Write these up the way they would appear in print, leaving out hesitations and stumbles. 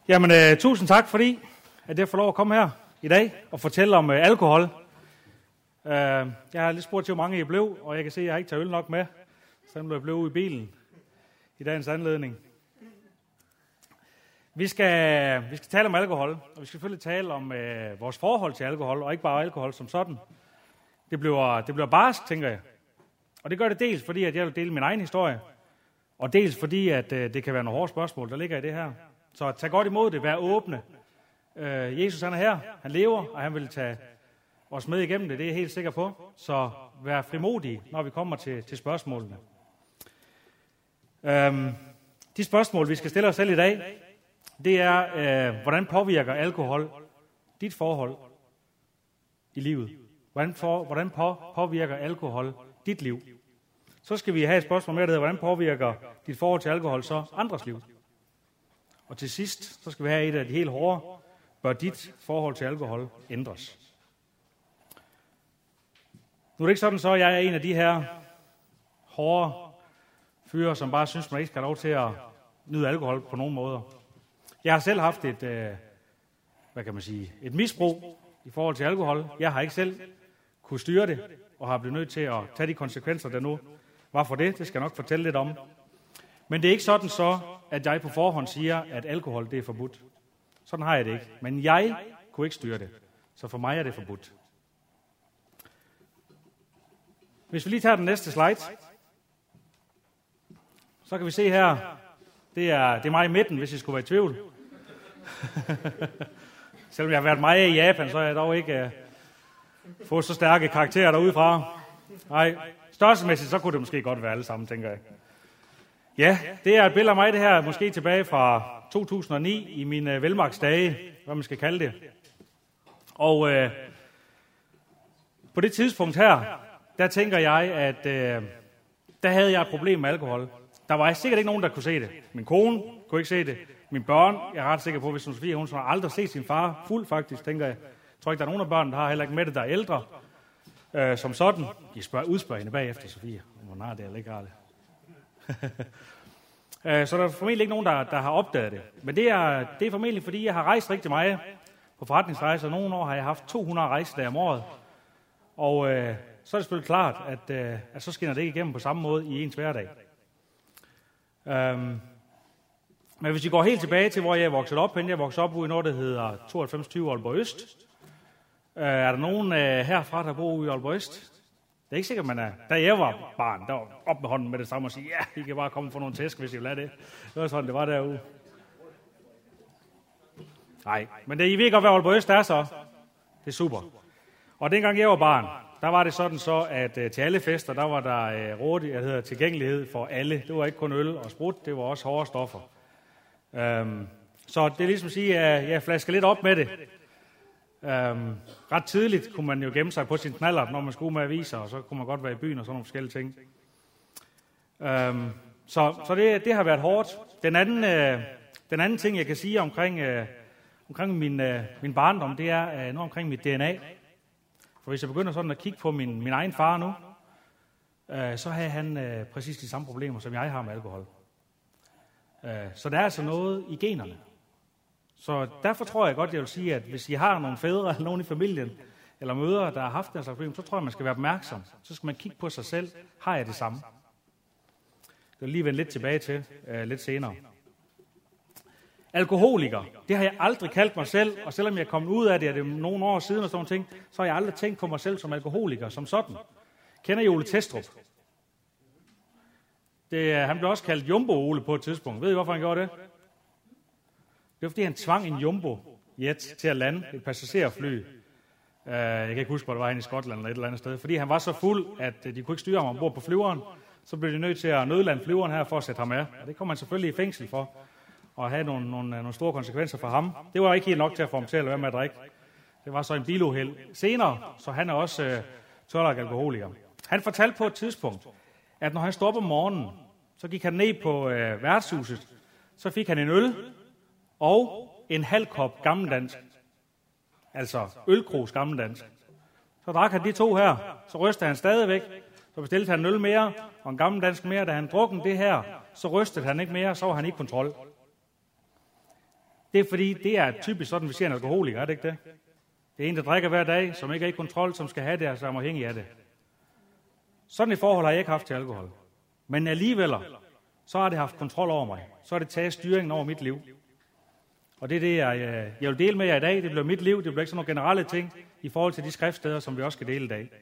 Jamen, tusind tak, fordi at jeg får lov at komme her i dag og fortælle om alkohol. Jeg har lidt spurgt til, hvor mange I blev, og jeg kan se, at jeg ikke tager øl nok med, så den blev jeg ude i bilen i dagens anledning. Vi skal tale om alkohol, og vi skal selvfølgelig tale om vores forhold til alkohol, og ikke bare alkohol som sådan. Det bliver barsk, tænker jeg. Og det gør det dels, fordi at jeg vil dele min egen historie, og dels fordi, at det kan være nogle hårde spørgsmål, der ligger i det her. Så tag godt imod det, vær åbne. Jesus han er her, han lever, og han vil tage os med igennem det, det er jeg helt sikker på. Så vær frimodige, når vi kommer til spørgsmålene. De spørgsmål, vi skal stille os selv i dag, det er, hvordan påvirker alkohol dit forhold i livet? Hvordan påvirker alkohol dit liv? Så skal vi have et spørgsmål mere, der hedder, hvordan påvirker dit forhold til alkohol så andres liv? Og til sidst, så skal vi have et af de helt hårde, bør dit forhold til alkohol ændres? Nu er det ikke sådan, så jeg er en af de her hårde fyre, som bare synes, man ikke skal have lov til at nyde alkohol på nogen måder. Jeg har selv haft et misbrug i forhold til alkohol. Jeg har ikke selv kunne styre det, og har blevet nødt til at tage de konsekvenser, der nu var for det. Det skal jeg nok fortælle lidt om. Men det er ikke sådan så, at jeg på forhånd siger, at alkohol det er forbudt. Sådan har jeg det ikke. Men jeg kunne ikke styre det. Så for mig er det forbudt. Hvis vi lige tager den næste slide, så kan vi se her, det er mig i midten, hvis I skulle være i tvivl. Selvom jeg har været meget i Japan, så har jeg dog ikke fået så stærke karakterer derudefra. Nej, størrelsesmæssigt, så kunne det måske godt være alle sammen, tænker jeg. Ja, det er et billede af mig, det her, måske tilbage fra 2009, i mine velmagtsdage, hvad man skal kalde det. Og på det tidspunkt her, der tænker jeg, at der havde jeg et problem med alkohol. Der var sikkert ikke nogen, der kunne se det. Min kone kunne ikke se det. Mine børn, jeg er ret sikker på, hvis Sofie, hun har aldrig set sin far fuld faktisk, tænker jeg. Jeg tror ikke, der er nogen af børnene, der har heller ikke med det, der er ældre. Som sådan. De udspørger hende bagefter, Sofie. Hun har det eller ikke har det. Så der er formentlig ikke nogen, der har opdaget det. Men det er formentlig, fordi jeg har rejst rigtig meget på forretningsrejser. Nogle år har jeg haft 200 rejsedage om året. Og så er det selvfølgelig klart, at så skinner det ikke igennem på samme måde i ens hverdag. Men hvis vi går helt tilbage til, hvor jeg er vokset op hen, jeg er vokset op ude i noget, der hedder 9220 Aalborg Øst. Er der nogen herfra, der bor ude i Aalborg Øst? Det er ikke sikkert, man er. Da jeg var barn, der var op med hånden med det samme og sige, ja, I kan bare komme og få nogle tæsk, hvis I vil have det. Det var sådan, det var derude. Nej, men I ved ikke godt, hvad Aalborg Øst er så. Det er super. Og dengang jeg var barn, der var det sådan så, at til alle fester, der var der tilgængelighed for alle. Det var ikke kun øl og sprut, det var også hårde stoffer. Så det er ligesom at sige, at jeg flasker lidt op med det. Ret tidligt kunne man jo gemme sig på sin knallert, når man skulle med aviser, og så kunne man godt være i byen og sådan nogle forskellige ting. Så det har været hårdt. Den anden ting, jeg kan sige omkring min barndom, det er noget omkring mit DNA. For hvis jeg begynder sådan at kigge på min egen far nu, så har han præcis de samme problemer, som jeg har med alkohol. Så der er altså noget i generne. Så derfor tror jeg godt, jeg vil sige, at hvis I har nogle fædre eller nogen i familien, eller mødre, der har haft deres problem, så tror jeg, man skal være opmærksom. Så skal man kigge på sig selv. Har jeg det samme? Det vil lige vende lidt tilbage til lidt senere. Alkoholiker, det har jeg aldrig kaldt mig selv, og selvom jeg er kommet ud af det, er det nogle år siden og sådan ting, så har jeg aldrig tænkt på mig selv som alkoholiker, som sådan. Kender I Ole Testrup? Han blev også kaldt Jumbo-Ole på et tidspunkt. Ved I, hvorfor han gjorde det? Det var, fordi han tvang en jumbo-jet til at lande et passagerfly. Jeg kan ikke huske, hvor det var hen i Skotland eller et eller andet sted. Fordi han var så fuld, at de kunne ikke styre ham ombord på flyveren. Så blev de nødt til at nødlande flyveren her for at sætte ham af. Og det kom man selvfølgelig i fængsel for. Og have nogle store konsekvenser for ham. Det var ikke helt nok til at få ham til at lade være med at drikke. Det var så en biluheld senere, så han er også tørlagt alkoholiker. Han fortalte på et tidspunkt, at når han stod op om morgenen, så gik han ned på værtshuset. Så fik han en øl og en halv kop gammeldansk. Altså ølkrus gammeldansk. Så drak han de to her, så rystede han stadigvæk. Så bestilte han en øl mere og en gammeldansk mere. Da han drukken det her, så rystede han ikke mere, så var han i kontrol. Det er fordi, det er typisk sådan, vi ser en alkoholiker, er det ikke det? Det er en, der drikker hver dag, som ikke er i kontrol, som skal have det, og som er afhængig af det. Sådan et forhold har jeg ikke haft til alkohol. Men alligevel, så har det haft kontrol over mig. Så har det taget styringen over mit liv. Og det er det, jeg vil dele med jer i dag. Det bliver mit liv, det bliver ikke sådan nogle generelle ting i forhold til de skriftsteder, som vi også skal dele i dag.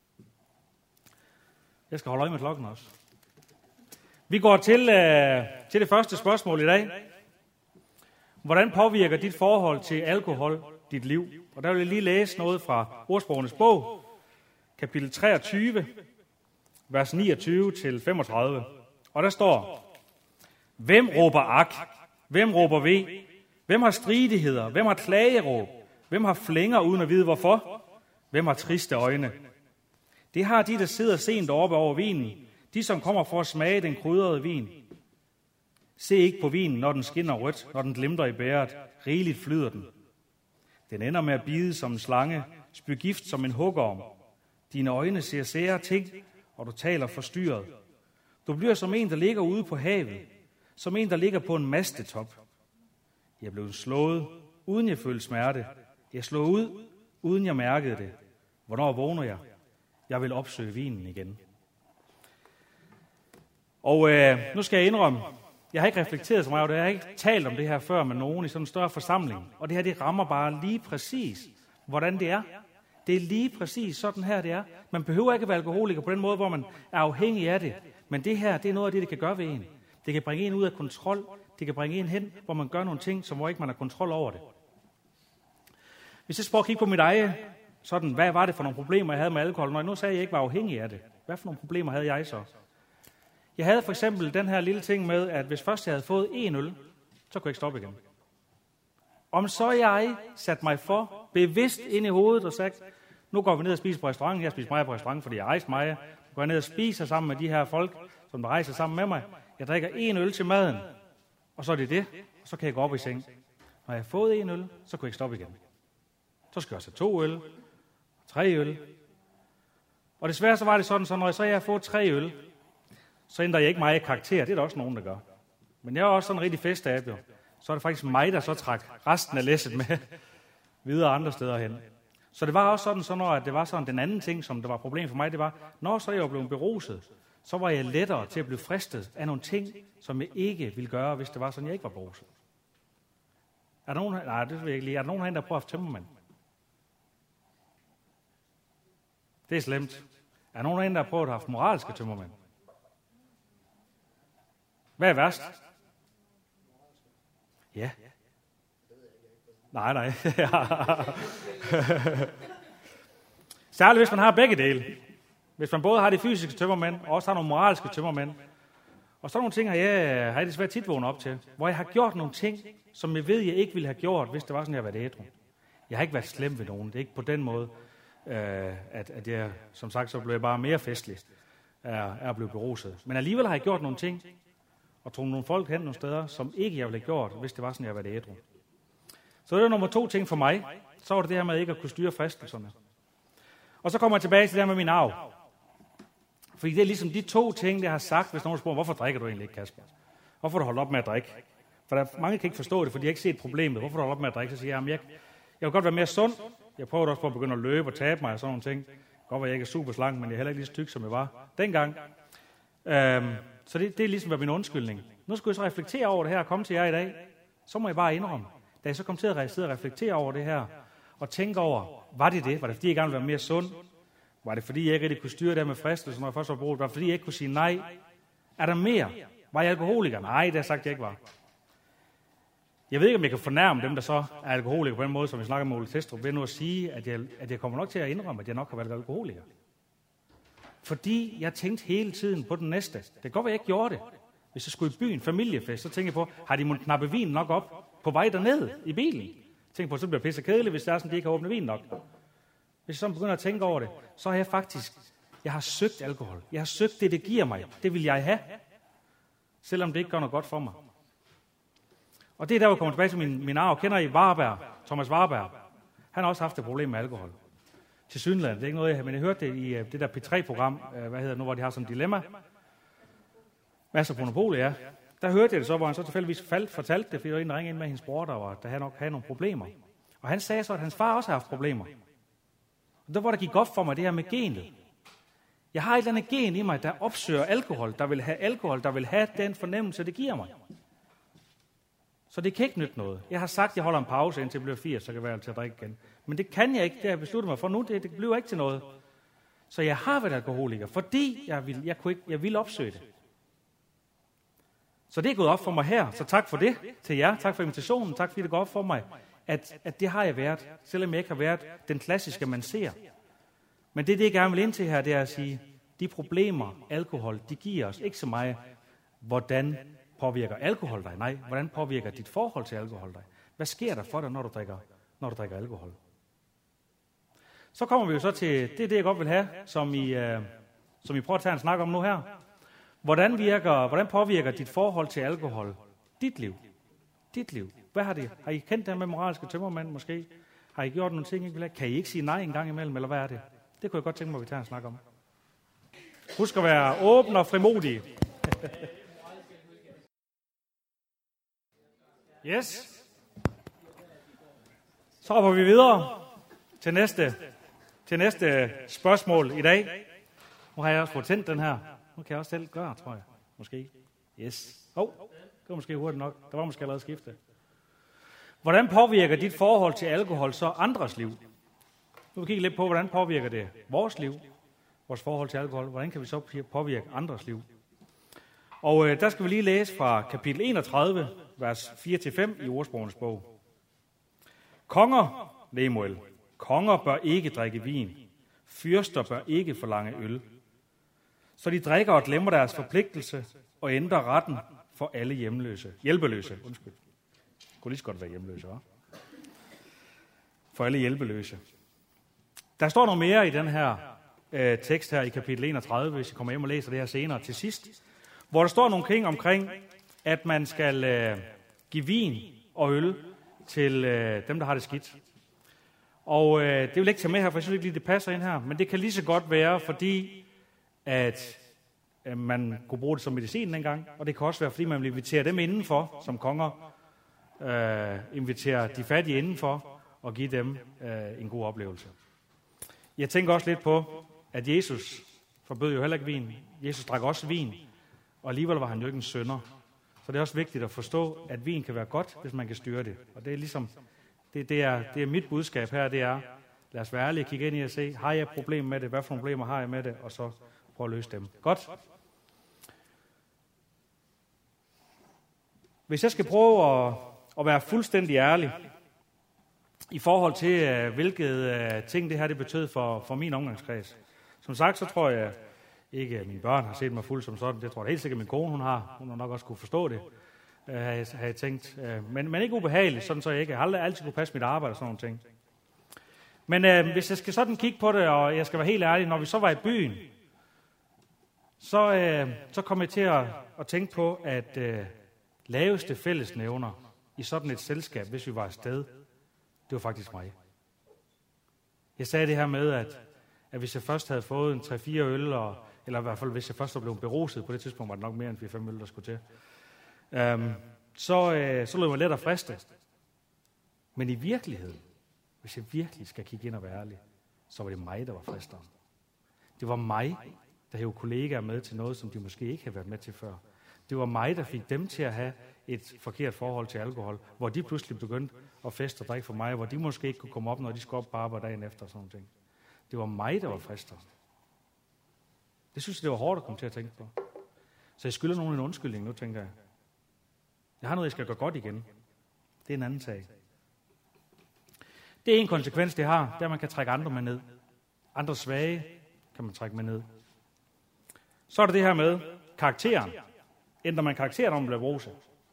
Jeg skal holde øje med klokken også. Vi går til det første spørgsmål i dag. Hvordan påvirker dit forhold til alkohol dit liv? Og der vil jeg lige læse noget fra Ordsprogenes bog, kapitel 23, vers 29-35. Og der står: Hvem råber ak? Hvem råber ve? Hvem har stridigheder? Hvem har klageråb? Hvem har flænger uden at vide hvorfor? Hvem har triste øjne? Det har de, der sidder sent oppe over vinen, de som kommer for at smage den krydrede vin. Se ikke på vinen, når den skinner rødt, når den glimter i bæret. Rigeligt flyder den. Den ender med at bide som en slange, spy gift som en hugorm. Dine øjne ser sære ting, og du taler forstyrret. Du bliver som en, der ligger ude på havet, som en, der ligger på en mastetop. Jeg blev slået, uden jeg følte smerte. Jeg slog ud, uden jeg mærkede det. Hvornår vågner jeg? Jeg vil opsøge vinen igen. Og nu skal jeg indrømme, jeg har ikke reflekteret så meget over det. Jeg har ikke talt om det her før med nogen i sådan en større forsamling. Og det her, det rammer bare lige præcis, hvordan det er. Det er lige præcis sådan her, det er. Man behøver ikke at være alkoholiker på den måde, hvor man er afhængig af det. Men det her, det er noget af det kan gøre ved en. Det kan bringe en ud af kontrol. Det kan bringe en hen, hvor man gør nogle ting, som hvor ikke man har kontrol over det. Hvis jeg prøver at kigge på mit eget, sådan, hvad var det for nogle problemer, jeg havde med alkohol? Når jeg nu sagde, at jeg ikke var afhængig af det. Hvad for nogle problemer havde jeg så? Jeg havde for eksempel den her lille ting med, at hvis først jeg havde fået en øl, så kunne jeg ikke stoppe igen. Om så jeg satte mig for, bevidst ind i hovedet og sagt, nu går vi ned og spiser på restauranten. Jeg spiser meget på restauranten, fordi jeg rejser meget. Nu går jeg ned og spiser sammen med de her folk, som der rejser sammen med mig. Jeg drikker en øl til maden, og så er det, og så kan jeg gå op i seng. Når jeg har fået en øl, så kunne jeg ikke stoppe igen. Så skal jeg også have 2 øl, 3 øl. Og desværre så var det sådan, så når jeg har fået 3 øl, så ændrer jeg ikke meget karakter. Det er der også nogen, der gør. Men jeg er også sådan en rigtig festabe, jo. Så er det faktisk mig, der så trak resten af læsset med videre andre steder hen. Så det var også sådan, så når det var sådan den anden ting, som der var problem for mig, det var, når så jeg blev beruset, så var jeg lettere til at blive fristet af nogle ting, som jeg ikke ville gøre, hvis det var sådan, jeg ikke var beruset. Er der nogen, nej, det vil jeg ikke lige. Er der nogen herinde, der prøver at have tømmermænd? Det er slemt. Er der nogen herinde, der har prøvet at have haft moralske tømmermænd? Hvad er værst? Ja. Nej. Særligt hvis man har begge dele. Hvis man både har de fysiske tømmermænd, og også har nogle moralske tømmermænd. Og sådan nogle ting har jeg desværre tit vågnet op til. Hvor jeg har gjort nogle ting, som jeg ved, jeg ikke ville have gjort, hvis det var sådan, jeg var ædru. Jeg har ikke været slem ved nogen. Det er ikke på den måde, at jeg, som sagt, så blev jeg bare mere festlig af at blive beruset. Men alligevel har jeg gjort nogle ting, og tog nogle folk hen nogle steder, som ikke jeg ville have gjort, hvis det var sådan, jeg var ædru. Så det er nummer 2 ting for mig. Så var det det her med ikke at kunne styre fristelserne. Og så kommer jeg tilbage til det her med min arv. Fordi det er ligesom de 2 ting, jeg har sagt, hvis nogen spørger, hvorfor drikker du egentlig ikke, Kasper? Hvorfor har du holdt op med at drikke? For der mange kan ikke forstå det, for de har ikke set problemet. Hvorfor har du holdt op med at drikke? Så siger jeg, jeg vil godt være mere sund. Jeg prøvede også på at begynde at løbe og tabe mig og sådan nogle ting. Godt være, jeg ikke er super slank, men jeg er heller ikke lige så tyk, som jeg var dengang. Så det er ligesom min undskyldning. Nu skulle jeg så reflektere over det her og komme til jer i dag. Så må jeg bare indrømme. Da jeg så kom til at sidde og reflektere over det her, og tænke over, var det? Var det fordi, jeg gerne ville være mere sund? Var det fordi, jeg ikke rigtig kunne styre det med fristelsen, når jeg først var brugt? Var det fordi, jeg ikke kunne sige nej? Er der mere? Var jeg alkoholiker? Nej, det har jeg sagt, jeg ikke var. Jeg ved ikke, om jeg kan fornærme dem, der så er alkoholiker på den måde, som vi snakker med Ole Testrup, ved nu at sige, at jeg kommer nok til at indrømme, at jeg nok har været alkoholiker. Fordi jeg tænkte hele tiden på den næste. Det kan godt være, jeg ikke gjorde det. Hvis jeg skulle i byen, familiefest, så tænkte jeg på, har de måttet knappe vin nok op på vej derned i bilen? Jeg tænkte på, så bliver det pisse kedeligt, hvis det er sådan, de ikke har åbnet vin nok. Hvis jeg så begynder at tænke over det, så har jeg har søgt alkohol. Jeg har søgt det giver mig. Det vil jeg have. Selvom det ikke gør noget godt for mig. Og det er der, hvor jeg kommer tilbage til min arv. Kender I Warberg? Thomas Warberg? Han har også haft et problem med alkohol. Til Sydland. Det er ikke noget, men jeg hørte det i det der P3-program, hvor de har sådan et dilemma. Masser på Monopolet, ja. der hørte jeg det så, hvor han så tilfældigvis fortalte det, fordi der var en, der ringede ind med hendes bror, der nok havde nogle problemer. Og han sagde så, at hans far også har haft problemer. Og der hvor der gik op for mig det her med genet. Jeg har et eller andet gen i mig, der opsøger alkohol, der vil have den fornemmelse, det giver mig. Så det kan ikke nytte noget. Jeg har sagt, at jeg holder en pause, indtil jeg bliver 80, så kan jeg være til at drikke igen. Men det kan jeg ikke, det har jeg besluttet mig for nu, det bliver ikke til noget. Så jeg har været alkoholiker, fordi jeg ville opsøge det. Så det er gået op for mig her, så tak for det til jer, tak for invitationen, tak fordi det går op for mig, at det har jeg været, selvom jeg ikke har været den klassiske, man ser. Men det jeg gerne vil ind til her, det er at sige, de problemer, alkohol, de giver os ikke så meget, hvordan påvirker alkohol dig? Nej, hvordan påvirker dit forhold til alkohol dig? Hvad sker der for dig, når du drikker alkohol? Så kommer vi jo så til det jeg godt vil have, som I prøver at tage en snak om nu her. Hvordan påvirker dit forhold til alkohol dit liv? Dit liv. Hvad har det? Har I kendt det med moralske tømmermænd måske? Har I gjort nogle ting, I vil have? Kan I ikke sige nej en gang imellem, eller hvad er det? Det kunne jeg godt tænke mig, at vi tager en snak om. Husk at være åben og frimodige. Yes. Så hopper vi videre til næste spørgsmål i dag. Nu har jeg også fået tændt den her. Nu kan jeg også selv gøre, tror jeg. Måske. Yes. Det var måske hurtigt nok. Der var måske allerede skifte. Hvordan påvirker dit forhold til alkohol så andres liv? Nu vil vi kigge lidt på, hvordan påvirker det vores liv, vores forhold til alkohol. Hvordan kan vi så påvirke andres liv? Og der skal vi lige læse fra kapitel 31, vers 4-5 i Ordsprogenes bog. Konger, Lemuel, konger bør ikke drikke vin. Fyrster bør ikke forlange øl. Så de drikker og glemmer deres forpligtelse og ændrer retten for alle hjælpeløse. Undskyld. Det kunne lige så godt være hjemløse, hva'? For alle hjælpeløse. Der står noget mere i den her tekst her i kapitel 31, hvis I kommer hjem og læser det her senere til sidst, hvor der står nogle ting omkring, at man skal give vin og øl til dem, der har det skidt. Og det vil jeg ikke tage med her, for jeg synes ikke lige, det passer ind her, men det kan lige så godt være, fordi at man kunne bruge det som medicin dengang, og det kan også være, fordi man vil invitere dem indenfor, som konger, invitere de fattige indenfor, og give dem en god oplevelse. Jeg tænker også lidt på, at Jesus forbød jo heller ikke vin. Jesus drak også vin, og alligevel var han jo ikke en synder. Så det er også vigtigt at forstå, at vin kan være godt, hvis man kan styre det. Og det er ligesom, det er mit budskab her, det er, lad os være ærlige og kigge ind i og se, har jeg et problem med det, hvad for nogle problemer har jeg med det, og så prøve at løse dem. Godt. Hvis jeg skal prøve at være fuldstændig ærlig, i forhold til, hvilket ting det her det betød for min omgangskreds. Som sagt, så tror jeg ikke, at mine børn har set mig fuld som sådan. Det tror jeg helt sikkert, at min kone hun har. Hun har nok også kunne forstå det, har jeg tænkt. Men ikke ubehageligt, sådan så jeg ikke. Jeg har altid kunne passe mit arbejde og sådan nogle ting. Men hvis jeg skal sådan kigge på det, og jeg skal være helt ærlig, når vi så var i byen, så kom jeg til at tænke på, at laveste fællesnævner i sådan et selskab, hvis vi var afsted, det var faktisk mig. Jeg sagde det her med, at hvis jeg først havde fået en 3-4 øl, eller i hvert fald hvis jeg først var blevet beruset, på det tidspunkt var det nok mere end 4-5 øl, der skulle til, så lød mig let at friste. Men i virkeligheden, hvis jeg virkelig skal kigge ind og være ærlig, så var det mig, der var fristeren. Det var mig, der hævde kollegaer med til noget, som de måske ikke havde været med til før. Det var mig, der fik dem til at have et forkert forhold til alkohol, hvor de pludselig begyndte at feste og drikke for mig, hvor de måske ikke kunne komme op, når de skulle op på arbejde dagen efter og sådan noget. Det var mig, der var fristeren. Det synes jeg, det var hårdt at komme til at tænke på. Så jeg skylder nogen en undskyldning nu, tænker jeg. Jeg har noget, jeg skal gøre godt igen. Det er en anden sag. Det er en konsekvens, det har, det er, at man kan trække andre med ned. Andre svage kan man trække med ned. Så er der det her med karakteren. Ændrer man karakteren, når man bliver bruse.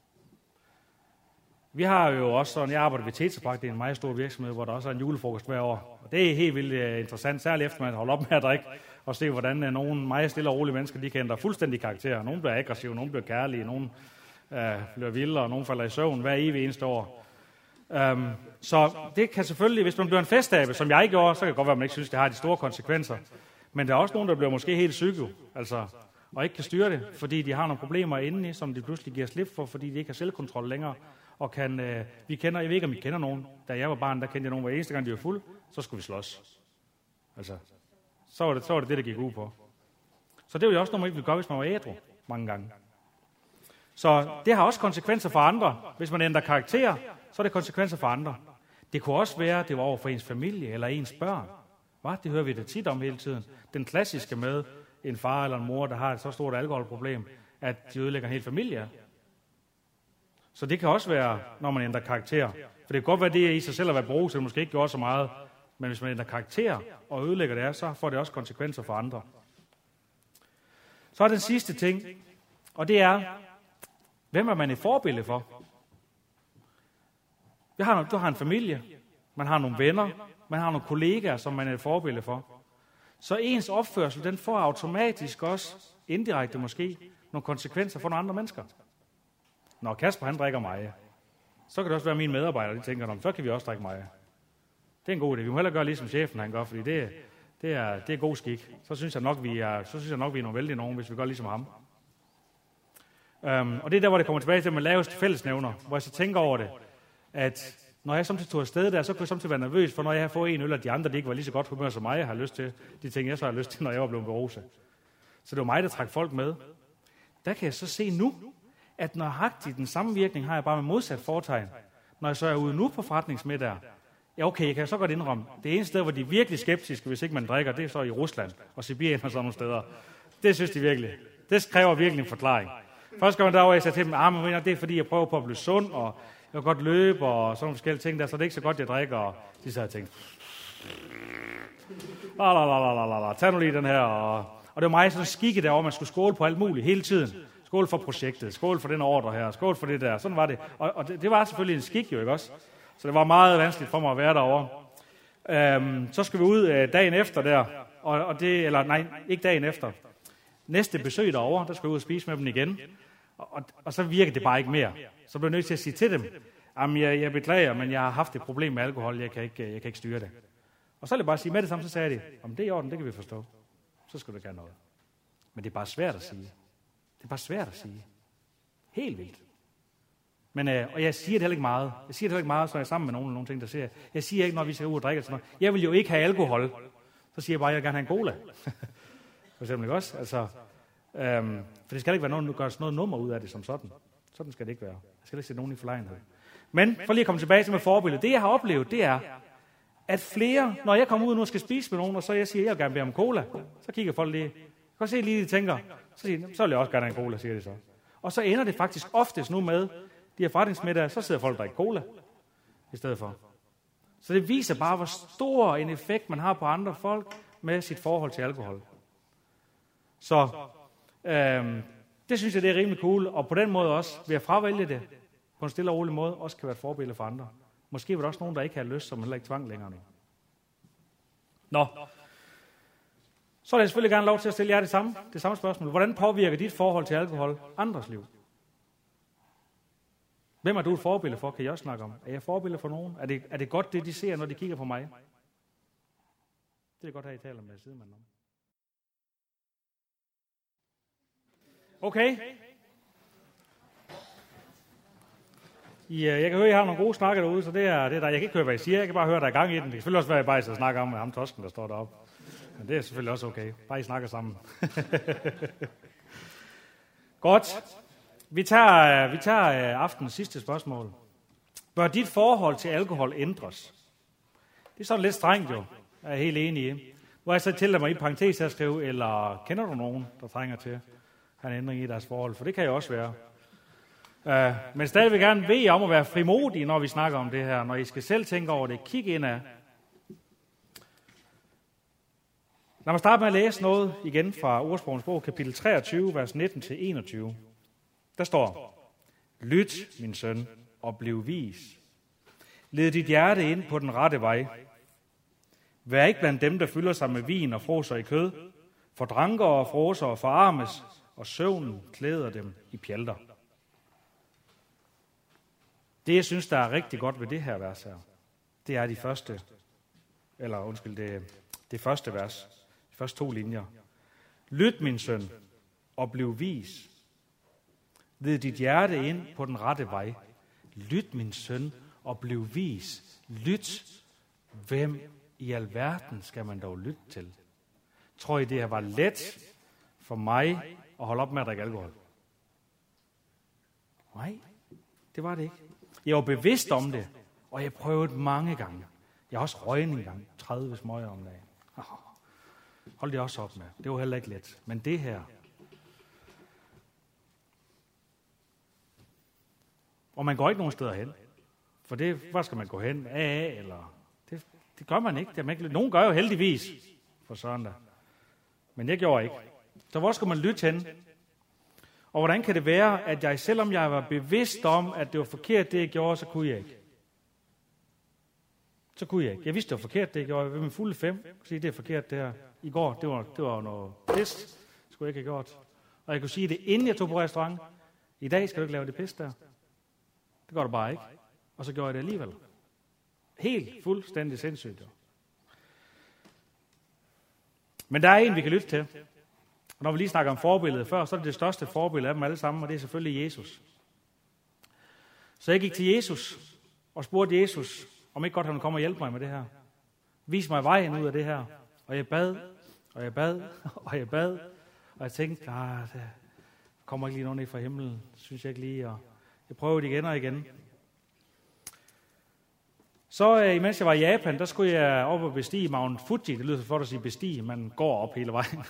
Vi har jo også sådan, jeg arbejder ved Tetrapak, det er en meget stor virksomhed, hvor der også er en julefrokost hver år. Og det er helt vildt interessant, særligt efter man holder op med at drikke, og se, hvordan nogle meget stille og rolige mennesker, de kan ændre fuldstændig karakter. Nogle bliver aggressive, nogle bliver kærlige, nogle bliver vilde, og nogle falder i søvn hver evig eneste år. Så det kan selvfølgelig, hvis man bliver en festabe, som jeg gjorde, så kan det godt være, at man ikke synes, det har de store konsekvenser. Men der er også nogen, der bliver måske helt psyko. Altså, og ikke kan styre det, fordi de har nogle problemer indeni, som de pludselig giver slip for, fordi de ikke har selvkontrol længere. Og jeg ved ikke, om I kender nogen. Da jeg var barn, der kendte jeg nogen, hver eneste gang de var fuld, så skulle vi slås. Altså, så var det, der gik ud på. Så det var jo også noget, man ikke ville gøre, hvis man var ædru mange gange. Så det har også konsekvenser for andre. Hvis man ændrer karakter, så er det konsekvenser for andre. Det kunne også være, at det var over for ens familie eller ens børn. Hvad? Det hører vi da tit om hele tiden. Den klassiske med en far eller en mor, der har et så stort alkoholproblem, at de ødelægger en hel familie. Så det kan også være, når man ændrer karakter. For det kan godt være, det i sig selv at være beruset, det måske ikke gjort så meget. Men hvis man ændrer karakter og ødelægger det, så får det også konsekvenser for andre. Så er den sidste ting, og det er, hvem er man et forbillede for? Du har en familie, man har nogle venner, man har nogle kollegaer, som man er et forbillede for. Så ens opførsel, den får automatisk også, indirekte måske, nogle konsekvenser for nogle andre mennesker. Når Kasper han drikker mig, så kan det også være mine medarbejdere, de tænker, så kan vi også drikke mig. Det er en god idé. Vi må hellere gøre ligesom chefen han gør, fordi det er god skik. Så synes jeg nok, vi er nogle vældige nogen, hvis vi gør ligesom ham. Og det er der, hvor det kommer tilbage til, at man laver fællesnævner, hvor jeg så tænker over det, at når jeg samtidig tog afsted der, så kunne jeg samtidig være nervøs, for når jeg har fået en øl, og de andre, de ikke var lige så godt humør som mig, jeg har lyst til, de ting, jeg så har lyst til, når jeg var blevet beruset. Så det var mig, der trak folk med. Der kan jeg så se nu, at nøjagtigt den samme virkning har jeg bare med modsat fortegn. Når jeg så er ude nu på forretningsmiddag, ja okay, jeg kan så godt indrømme, det eneste sted, hvor de er virkelig skeptiske, hvis ikke man drikker, det er så i Rusland og Sibirien og sådan nogle steder. Det synes de virkelig. Det kræver virkelig en forklaring. Først skal man derover, jeg sagde til dem, men det er fordi, jeg prøver på at blive sund, og jeg kan godt løbe, og sådan nogle forskellige ting der, så det er ikke så godt, jeg drikker, og de så har tænkt, tag nu lige den her, og det var mig sådan skikke derovre, man skulle skåle på alt muligt hele tiden. Skål for projektet, skål for den ordre her, skål for det der, sådan var det. Og det var selvfølgelig en skik jo, ikke også? Så det var meget vanskeligt for mig at være derovre. Så skal vi ud dagen efter der, ikke dagen efter. Næste besøg derovre, der skal vi ud og spise med dem igen. Og så virker det bare ikke mere. Så bliver jeg nødt til at sige til dem, jeg beklager, men jeg har haft et problem med alkohol, jeg kan ikke styre det. Og så vil jeg bare sige med det samme, så sagde de, det er i orden, det kan vi forstå. Så skal du gøre noget. Men det er bare svært at sige. Det er bare svært at sige. Helt vildt. Men, og jeg siger det heller ikke meget. Jeg siger det heller ikke meget, så er jeg sammen med nogle ting, der siger. Jeg siger ikke, når vi skal ud og drikke sådan noget. Jeg vil jo ikke have alkohol. Så siger jeg bare, at jeg vil gerne have en cola. For eksempel, ikke også? Altså, for det skal ikke være nogen, der gør noget nummer ud af det som sådan. Sådan skal det ikke være. Jeg skal ikke sætte nogen i forlegenhed. Men for lige at komme tilbage til med forbillede. Det, jeg har oplevet, det er, at flere, når jeg kommer ud nu og skal spise med nogen, og så jeg siger, at jeg vil gerne bede om cola, så kigger folk lige. Jeg kan se lige, de tænker, så vil jeg også gerne have en cola, siger de så. Og så ender det faktisk oftest nu med, de her forretningsmiddage, så sidder folk og drikker cola i stedet for. Så det viser bare, hvor stor en effekt man har på andre folk med sit forhold til alkohol. Så det synes jeg, det er rimelig cool, og på den måde også, ved at fravælge det på en stille og rolig måde, også kan være et forbillede for andre. Måske var der også nogen, der ikke havde lyst, som heller ikke tvang længere nu. Nå. Så er jeg selvfølgelig gerne lov til at stille jer det samme spørgsmål. Hvordan påvirker dit forhold til alkohol andres liv? Hvem er du et forbillede for, kan jeg også snakke om? Er jeg forbillede for nogen? Er det godt, det de ser, når de kigger på mig? Det er godt, at I taler med sidemanden om. Okay. Jeg kan høre, at I har nogle gode snakker derude, så det er der. Jeg kan ikke høre, hvad I siger. Jeg kan bare høre, at der er gang i den. Det kan selvfølgelig også være, at I bare så snakker om med ham tosken, der står deroppe. Men det er selvfølgelig også okay. Bare I snakker sammen. Godt. Vi tager aftenens sidste spørgsmål. Bør dit forhold til alkohol ændres? Det er sådan lidt strengt jo. Jeg er helt enig i. Hvor jeg så tillader mig i parentes at skrive, eller kender du nogen, der trænger til at have en ændring i deres forhold? For det kan jo også være. Men stadigvæk gerne ved om at være frimodige, når vi snakker om det her. Når I skal selv tænke over det, kig indad. Lad mig starte med at læse noget igen fra Ordsprogens bog, kapitel 23, vers 19-21. Der står, lyt, min søn, og bliv vis. Led dit hjerte ind på den rette vej. Vær ikke blandt dem, der fylder sig med vin og fråser i kød, for dranker og fråser og forarmes, og søvnen klæder dem i pjalter. Det, jeg synes, der er rigtig godt ved det her vers her, det er det første vers, de første 2 linjer. Lyt, min søn, og bliv vis. Led dit hjerte ind på den rette vej. Lyt, min søn, og bliv vis. Lyt, hvem i alverden skal man dog lytte til? Tror I, det her var let for mig at holde op med at drikke alkohol? Nej, det var det ikke. Jeg var bevidst om det, og jeg prøvede mange gange. Jeg har også røget en gang, 30 smøger om dagen. Hold det også op med. Det var heller ikke let. Men det her. Og man går ikke nogen steder hen. For det, hvor skal man gå hen? AA, eller... Det gør man ikke. Nogen gør jo heldigvis for sådan der. Men jeg gjorde ikke. Så hvor skal man lytte hen? Og hvordan kan det være, at jeg, selvom jeg var bevidst om, at det var forkert, det jeg gjorde, så kunne jeg ikke? Så kunne jeg ikke. Jeg vidste, det var forkert, det jeg gjorde. Jeg ved min fulde 5. Jeg kunne sige, det er forkert, det her. I går, det var noget pis. Det skulle jeg ikke have gjort. Og jeg kunne sige det, inden jeg tog på restaurant. I dag skal du ikke lave det pis der. Det gør du bare ikke. Og så gjorde jeg det alligevel. Helt fuldstændig sindssygt. Men der er en, vi kan lytte til. Og når vi lige snakker om forbilledet før, så er det største forbillede af dem alle sammen, og det er selvfølgelig Jesus. Så jeg gik til Jesus og spurgte Jesus, om ikke godt han komme og hjælpe mig med det her. Vis mig vejen ud af det her. Og jeg bad, og jeg bad, og jeg bad. Og jeg tænkte, der kommer ikke lige nogen ned fra himlen, synes jeg ikke lige. Og jeg prøvede igen og igen. Så imens jeg var i Japan, der skulle jeg op og bestige Mount Fuji. Det lyder så for at sige bestige, man går op hele vejen.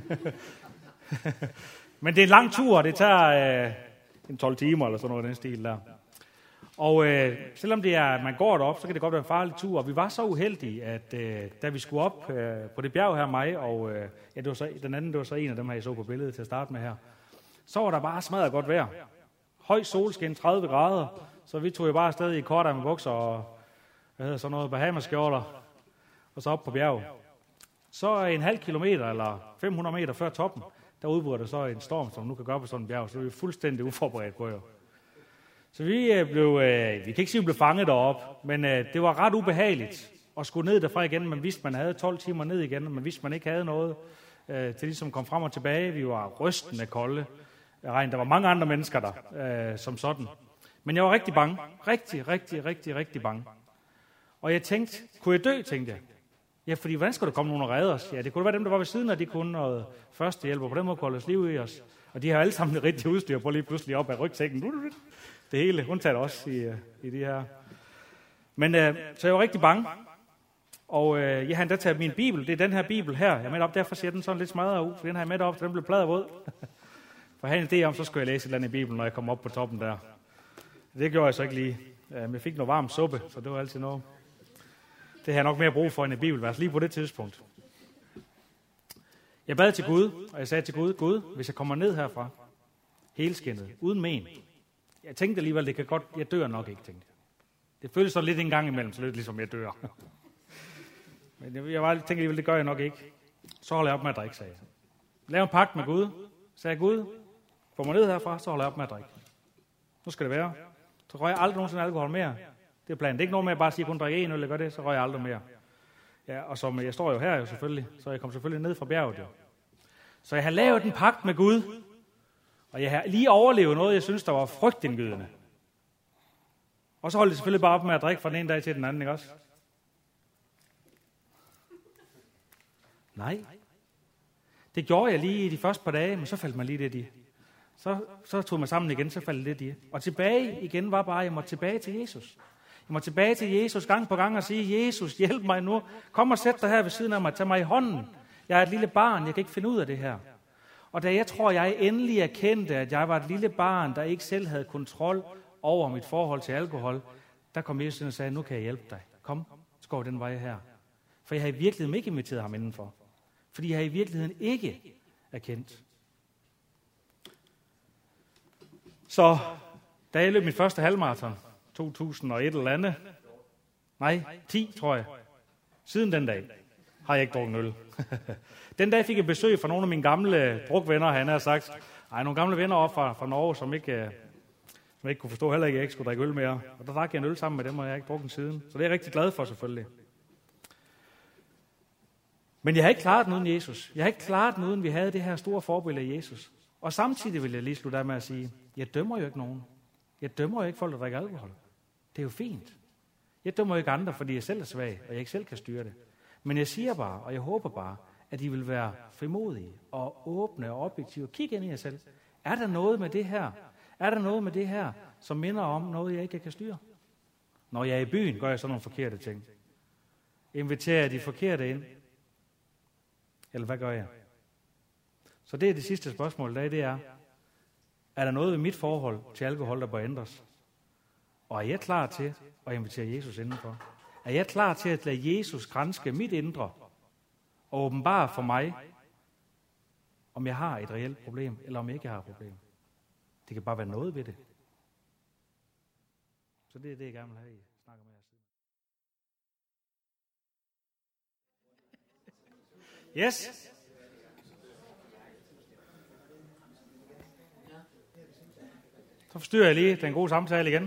Men det er en lang tur, det tager en 12 timer eller sådan noget i den stil der. Og selvom det er, man går derop, så kan det godt være en farlig tur. Og vi var så uheldige, at da vi skulle op på det bjerg her, mig og det var så, den anden, det var så en af dem her, jeg så på billedet til at starte med her. Så var der bare smadret godt vejr. Høj solskin, 30 grader. Så vi tog jo bare afsted i kortærmede bukser og sådan noget Bahamas-skjorter. Og så op på bjerget. Så en halv kilometer eller 500 meter før toppen, der udbryder der så en storm, som nu kan gøre på sådan en bjerg. Så vi er fuldstændig uforberedt på jo. Så vi kan ikke sige, at vi blev fanget deroppe, men det var ret ubehageligt at skulle ned derfra igen. Man vidste, man havde 12 timer ned igen, og man vidste, man ikke havde noget til de, som kom frem og tilbage. Vi var rystende kolde. Der var mange andre mennesker der, som sådan. Men jeg var rigtig bange. Rigtig bange. Og jeg tænkte, kunne jeg dø, tænkte jeg. Ja, fordi hvordan skulle der komme nogen og redde os? Ja, det kunne være dem, der var ved siden af, de kunne noget førstehjælp, og på den måde kunne holde os liv i os. Og de har alle sammen det rigtige udstyr på lige pludselig op af rygsækken. Det hele, undtaget også i de her. Men så jeg var rigtig bange. Og jeg har endda taget min bibel. Det er den her bibel her. Jeg er med op, derfor ser den sådan lidt smadret ud. For den har jeg med op, så den blev pladervåd. For jeg havde en idé om, så skulle jeg læse et eller andet i bibelen, når jeg kom op på toppen der. Det gjorde jeg så ikke lige. Men jeg fik noget varm suppe, så det var altid noget. Det har jeg nok mere brug for end en bibelvers, lige på det tidspunkt. Jeg bad til Gud, og jeg sagde til Gud, Gud, hvis jeg kommer ned herfra, helskindet, uden men. Jeg tænkte alligevel, det kan godt, jeg dør nok ikke, tænkte jeg. Det føles så lidt en gang imellem, så lidt ligesom jeg dør. Men jeg tænkte alligevel, det gør jeg nok ikke. Så holder jeg op med at drikke, sagde jeg. Lav en pagt med Gud. Sagde Gud, få mig ned herfra, så holder jeg op med at drikke. Nu skal det være. Så røger jeg aldrig nogensinde alkohol mere. Det er planen. Det er ikke noget med at bare sige, at jeg kun drikker en øl, eller gør det, så røger jeg aldrig mere. Ja, og som jeg står jo her jo selvfølgelig, så jeg kom selvfølgelig ned fra bjerget jo. Så jeg har lavet en pagt med Gud, og jeg har lige overlevet noget, jeg synes, der var frygtindgydende. Og så holdt jeg selvfølgelig bare op med at drikke fra den ene dag til den anden, ikke også? Nej. Det gjorde jeg lige i de første par dage, men så faldt man lige lidt i. Så tog man sammen igen, så faldt lidt i. Og tilbage igen var bare, at jeg måtte tilbage til Jesus. Jeg må tilbage til Jesus gang på gang og sige, Jesus, hjælp mig nu. Kom og sæt dig her ved siden af mig. Tag mig i hånden. Jeg er et lille barn. Jeg kan ikke finde ud af det her. Og da jeg tror, jeg endelig erkendte, at jeg var et lille barn, der ikke selv havde kontrol over mit forhold til alkohol, der kom Jesus og sagde, nu kan jeg hjælpe dig. Kom, så går den vej her. For jeg har i virkeligheden ikke inviteret ham indenfor. Fordi jeg har i virkeligheden ikke erkendt. Så da jeg løb min første halvmarathon, 2001 eller andet, nej, 10 tror jeg, siden den dag har jeg ikke drukket øl. Den dag fik jeg besøg fra nogle af mine gamle drukvenner, han har sagt, nogle gamle venner op fra Norge, som ikke kunne forstå heller ikke, at jeg ikke skulle drikke øl mere. Og der drak jeg en øl sammen med dem, og jeg har ikke drukket den siden. Så det er jeg rigtig glad for selvfølgelig. Men jeg har ikke klaret den uden Jesus. Jeg har ikke klaret den uden vi havde det her store forbillede af Jesus. Og samtidig vil jeg lige slutte af med at sige, jeg dømmer jo ikke nogen. Jeg dømmer jo ikke folk, der drikker alkohol. Det er jo fint. Jeg dømmer jo ikke andre, fordi jeg selv er svag, og jeg ikke selv kan styre det. Men jeg siger bare, og jeg håber bare, at I vil være frimodige og åbne og objektive. Kig ind i jer selv. Er der noget med det her? Er der noget med det her, som minder om noget, jeg ikke kan styre? Når jeg er i byen, gør jeg sådan nogle forkerte ting. Inviterer jeg de forkerte ind? Eller hvad gør jeg? Så det er det sidste spørgsmål i dag, det er der noget ved mit forhold til alkohol, der bør ændres? Og er jeg klar til at invitere Jesus indenfor? Er jeg klar til at lade Jesus granske mit indre og åbenbare for mig, om jeg har et reelt problem, eller om jeg ikke har et problem? Det kan bare være noget ved det. Så det er det, jeg gerne vil have, I snakker med jer. Yes. Så forstyrrer jeg lige den gode samtale igen.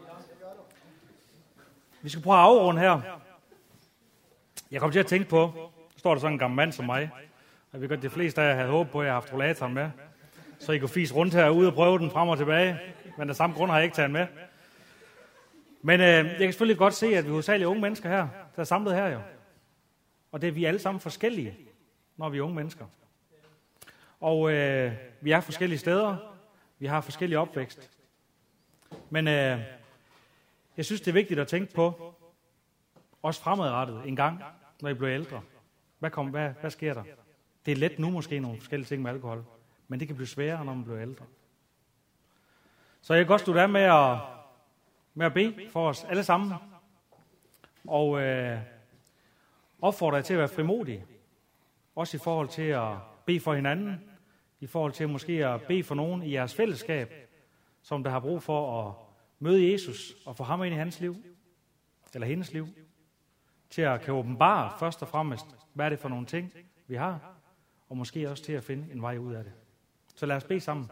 Vi skal prøve at afrunde her. Jeg kom til at tænke på, står der sådan en gammel mand som mig, og vi godt de fleste af jer havde håbet på, at jeg har haft rollatoren med, så I kunne fise rundt herude og prøve den frem og tilbage, men af samme grund har jeg ikke taget den med. Men jeg kan selvfølgelig godt se, at vi hovedsageligt unge mennesker her, der er samlet her jo. Og det er vi alle sammen forskellige, når vi er unge mennesker. Og vi er forskellige steder, vi har forskellige opvækst. Men jeg synes, det er vigtigt at tænke på, også fremadrettet en gang, når I bliver ældre. Hvad sker der? Det er let nu måske nogle forskellige ting med alkohol, men det kan blive sværere, når man bliver ældre. Så jeg kan godt slutte af med at bede for os alle sammen, og opfordre jer til at være frimodige, også i forhold til at bede for hinanden, i forhold til måske at bede for nogen i jeres fællesskab, som der har brug for at møde Jesus og få ham ind i hans liv, eller hendes liv, til at kan åbenbare først og fremmest, hvad er det for nogle ting, vi har, og måske også til at finde en vej ud af det. Så lad os bede sammen.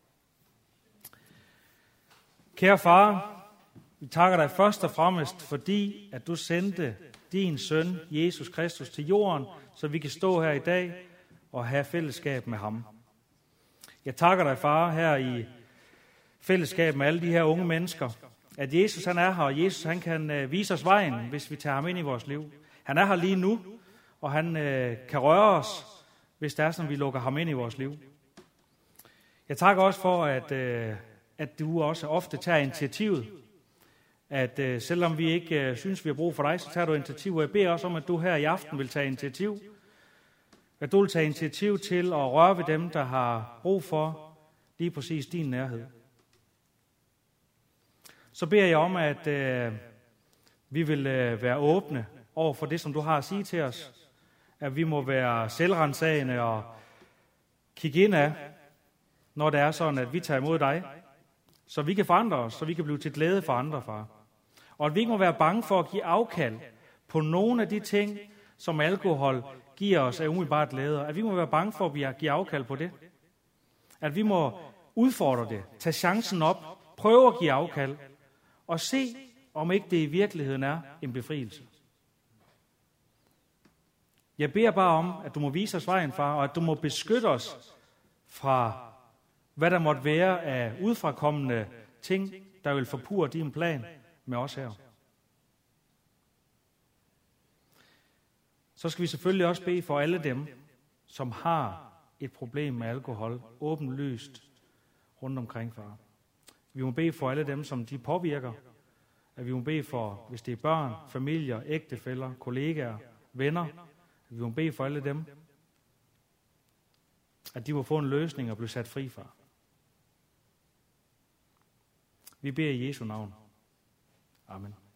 Kære far, vi takker dig først og fremmest, fordi at du sendte din søn, Jesus Kristus, til jorden, så vi kan stå her i dag og have fællesskab med ham. Jeg takker dig, far, her i fællesskab med alle de her unge mennesker, at Jesus han er her, og Jesus han kan vise os vejen, hvis vi tager ham ind i vores liv. Han er her lige nu, og han kan røre os, hvis det er sådan, vi lukker ham ind i vores liv. Jeg takker også for, at du også ofte tager initiativet. At selvom vi ikke synes, vi har brug for dig, så tager du initiativ. Og jeg beder også om, at du her i aften vil tage initiativ. At du vil tage initiativ til at røre ved dem, der har brug for lige præcis din nærhed. Så beder jeg om, at vi vil være åbne over for det, som du har at sige til os. At vi må være selvrensagende og kigge ind af, når det er sådan, at vi tager imod dig. Så vi kan forandre os, så vi kan blive til glæde for andre, far. Og at vi ikke må være bange for at give afkald på nogle af de ting, som alkohol giver os af umiddelbart glæder. At vi må være bange for at give afkald på det. At vi må udfordre det, tage chancen op, prøve at give afkald, og se, om ikke det i virkeligheden er en befrielse. Jeg beder bare om, at du må vise os vejen, far, og at du må beskytte os fra, hvad der måtte være af udfrakommende ting, der vil forpurre din plan med os her. Så skal vi selvfølgelig også bede for alle dem, som har et problem med alkohol, åbenlyst rundt omkring, far. Vi må bede for alle dem, som de påvirker. At vi må bede for, hvis det er børn, familier, ægtefæller, kollegaer, venner. At vi må bede for alle dem, at de må få en løsning og blive sat fri fra. Vi beder i Jesu navn. Amen.